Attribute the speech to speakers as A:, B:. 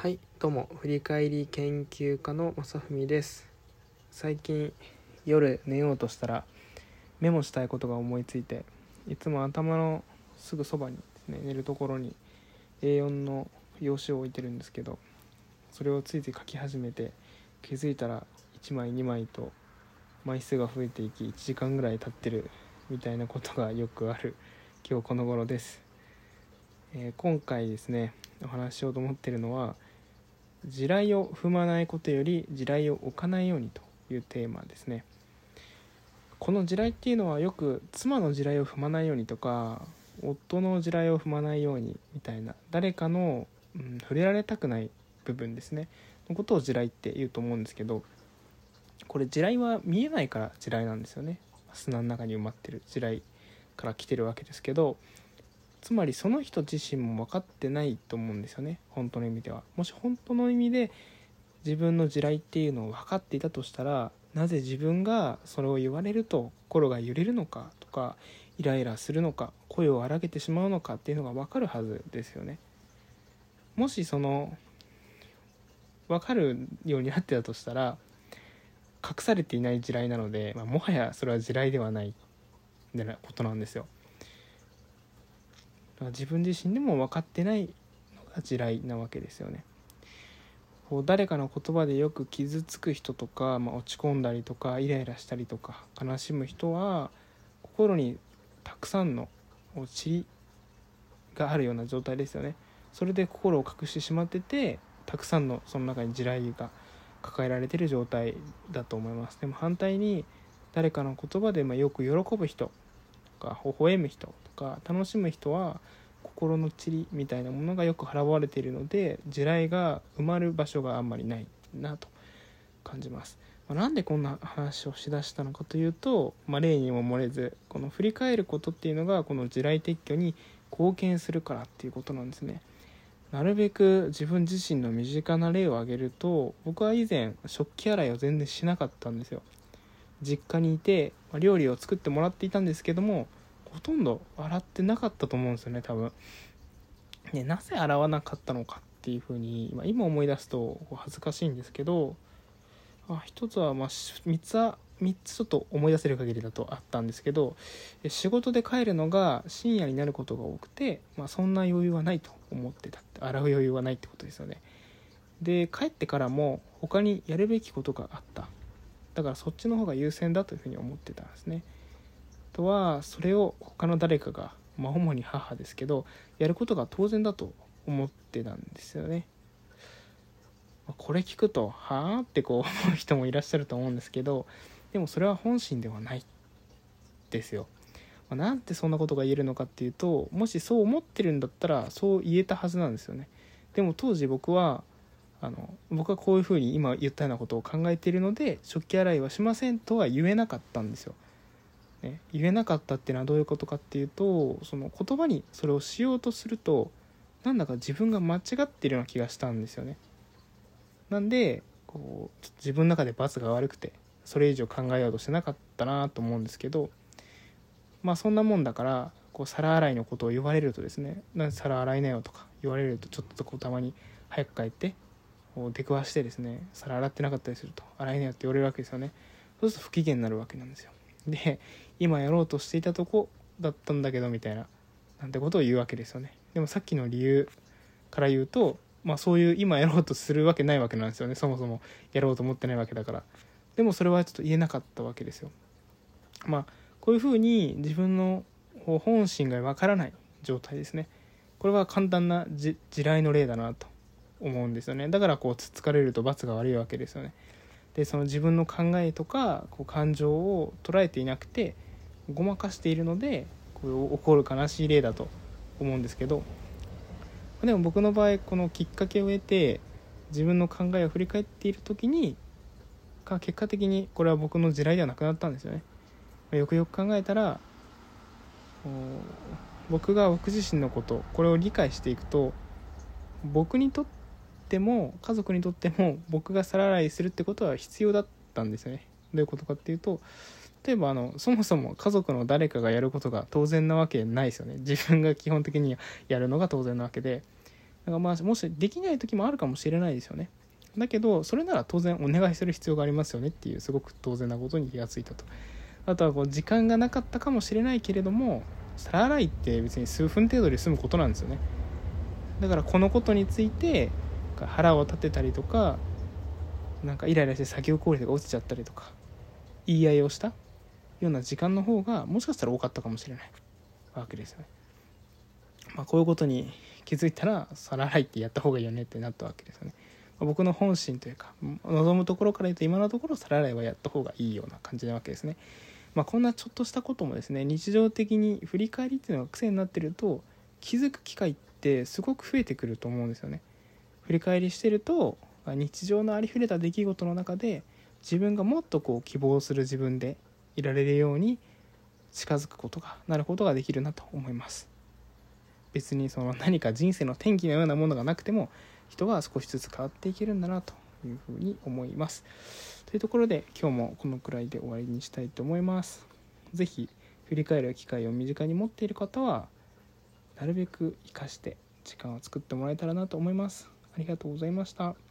A: はい、どうも振り返り研究家の正文です。最近夜寝ようとしたらメモしたいことが思いついて、いつも頭のすぐそばにですね、寝るところに A4 の用紙を置いてるんですけど、それをついつい書き始めて、気づいたら1枚2枚と枚数が増えていき1時間ぐらい経ってるみたいなことがよくある今日この頃です。今回ですねお話ししようと思っているのは、地雷を踏まないことより地雷を置かないようにというテーマですね。この地雷っていうのはよく妻の地雷を踏まないようにとか、夫の地雷を踏まないようにみたいな、誰かの、触れられたくない部分ですねのことを地雷って言うと思うんですけど、これ地雷は見えないから地雷なんですよね。砂の中に埋まってる地雷から来てるわけですけど、つまりその人自身も分かってないと思うんですよね、本当の意味では。もし本当の意味で自分の地雷っていうのを分かっていたとしたら、なぜ自分がそれを言われると心が揺れるのかとか、イライラするのか、声を荒げてしまうのかっていうのが分かるはずですよね。もしその分かるようになってたとしたら、隠されていない地雷なので、もはやそれは地雷ではないみたいなことなんですよ。自分自身でも分かってないのが地雷なわけですよね。誰かの言葉でよく傷つく人とか、落ち込んだりとかイライラしたりとか悲しむ人は、心にたくさんの塵があるような状態ですよね。それで心を隠してしまってて、たくさんのその中に地雷が抱えられている状態だと思います。でも反対に、誰かの言葉でよく喜ぶ人とか微笑む人とか楽しむ人は、心の塵みたいなものがよく払われているので、地雷が埋まる場所があんまりないなと感じます。なんでこんな話をしだしたのかというと、例にも漏れず、この振り返ることっていうのがこの地雷撤去に貢献するからっていうことなんですね。なるべく自分自身の身近な例を挙げると、僕は以前食器洗いを全然しなかったんですよ。実家にいて料理を作ってもらっていたんですけども、ほとんど洗ってなかったと思うんですよね、多分。なぜ洗わなかったのかっていうふうに、今思い出すと恥ずかしいんですけど、一つは3つちょっと思い出せる限りだとあったんですけど、仕事で帰るのが深夜になることが多くて、そんな余裕はないと思ってたって、洗う余裕はないってことですよね。で、帰ってからも他にやるべきことがあった。だからそっちの方が優先だというふうに思ってたんですね。あとはそれを他の誰かが、主に母ですけどやることが当然だと思ってたんですよね。これ聞くとはあって思う人もいらっしゃると思うんですけど、でもそれは本心ではないですよ。なんてそんなことが言えるのかっていうと、もしそう思ってるんだったらそう言えたはずなんですよね。でも当時僕はこういうふうに今言ったようなことを考えているので食器洗いはしませんとは言えなかったんですよ、言えなかったっていうのはどういうことかっていうと、その言葉にそれをしようとすると、なんだか自分が間違ってるような気がしたんですよね。なんでちょっと自分の中で罰が悪くてそれ以上考えようとしてなかったなと思うんですけど、そんなもんだから、皿洗いのことを言われるとですね、なんで皿洗いなよとか言われると、ちょっとたまに早く帰って出くわしてですね、皿洗ってなかったりすると洗いなよって言われるわけですよね。そうすると不機嫌になるわけなんですよ。で、今やろうとしていたとこだったんだけどみたいな、なんてことを言うわけですよね。でもさっきの理由から言うと、そういう今やろうとするわけないわけなんですよね。そもそもやろうと思ってないわけだから。でもそれはちょっと言えなかったわけですよ。こういうふうに自分の本心がわからない状態ですね。これは簡単な地雷の例だなと思うんですよね。だからつつかれると罰が悪いわけですよね。で、その自分の考えとか感情を捉えていなくてごまかしているので、起こる悲しい例だと思うんですけど、でも僕の場合このきっかけを得て自分の考えを振り返っている時に結果的にこれは僕の地雷ではなくなったんですよね。よくよく考えたら、僕が僕自身のことこれを理解していくと、僕にとっても家族にとっても僕が皿洗いするってことは必要だったんですよね。どういうことかっていうと、例えばそもそも家族の誰かがやることが当然なわけないですよね。自分が基本的にやるのが当然なわけで、 だからもしできない時もあるかもしれないですよね。だけどそれなら当然お願いする必要がありますよねっていうすごく当然なことに気がついたと。あとは時間がなかったかもしれないけれども、皿洗いって別に数分程度で済むことなんですよね。だからこのことについて腹を立てたりとか、イライラして作業効率が落ちちゃったりとか言い合いをしたような時間の方がもしかしたら多かったかもしれないわけですよね。こういうことに気づいたら皿洗いってやった方がいいよねってなったわけですよね。僕の本心というか望むところから言うと、今のところ皿洗いはやった方がいいような感じなわけですね。こんなちょっとしたこともですね、日常的に振り返りっていうのが癖になってると気づく機会ってすごく増えてくると思うんですよね。振り返りしてると日常のありふれた出来事の中で自分がもっと希望する自分でいられるように近づくことがなることができるなと思います。別に何か人生の転機のようなものがなくても人が少しずつ変わっていけるんだなというふうに思います。というところで今日もこのくらいで終わりにしたいと思います。ぜひ振り返る機会を身近に持っている方はなるべく生かして時間を作ってもらえたらなと思います。ありがとうございました。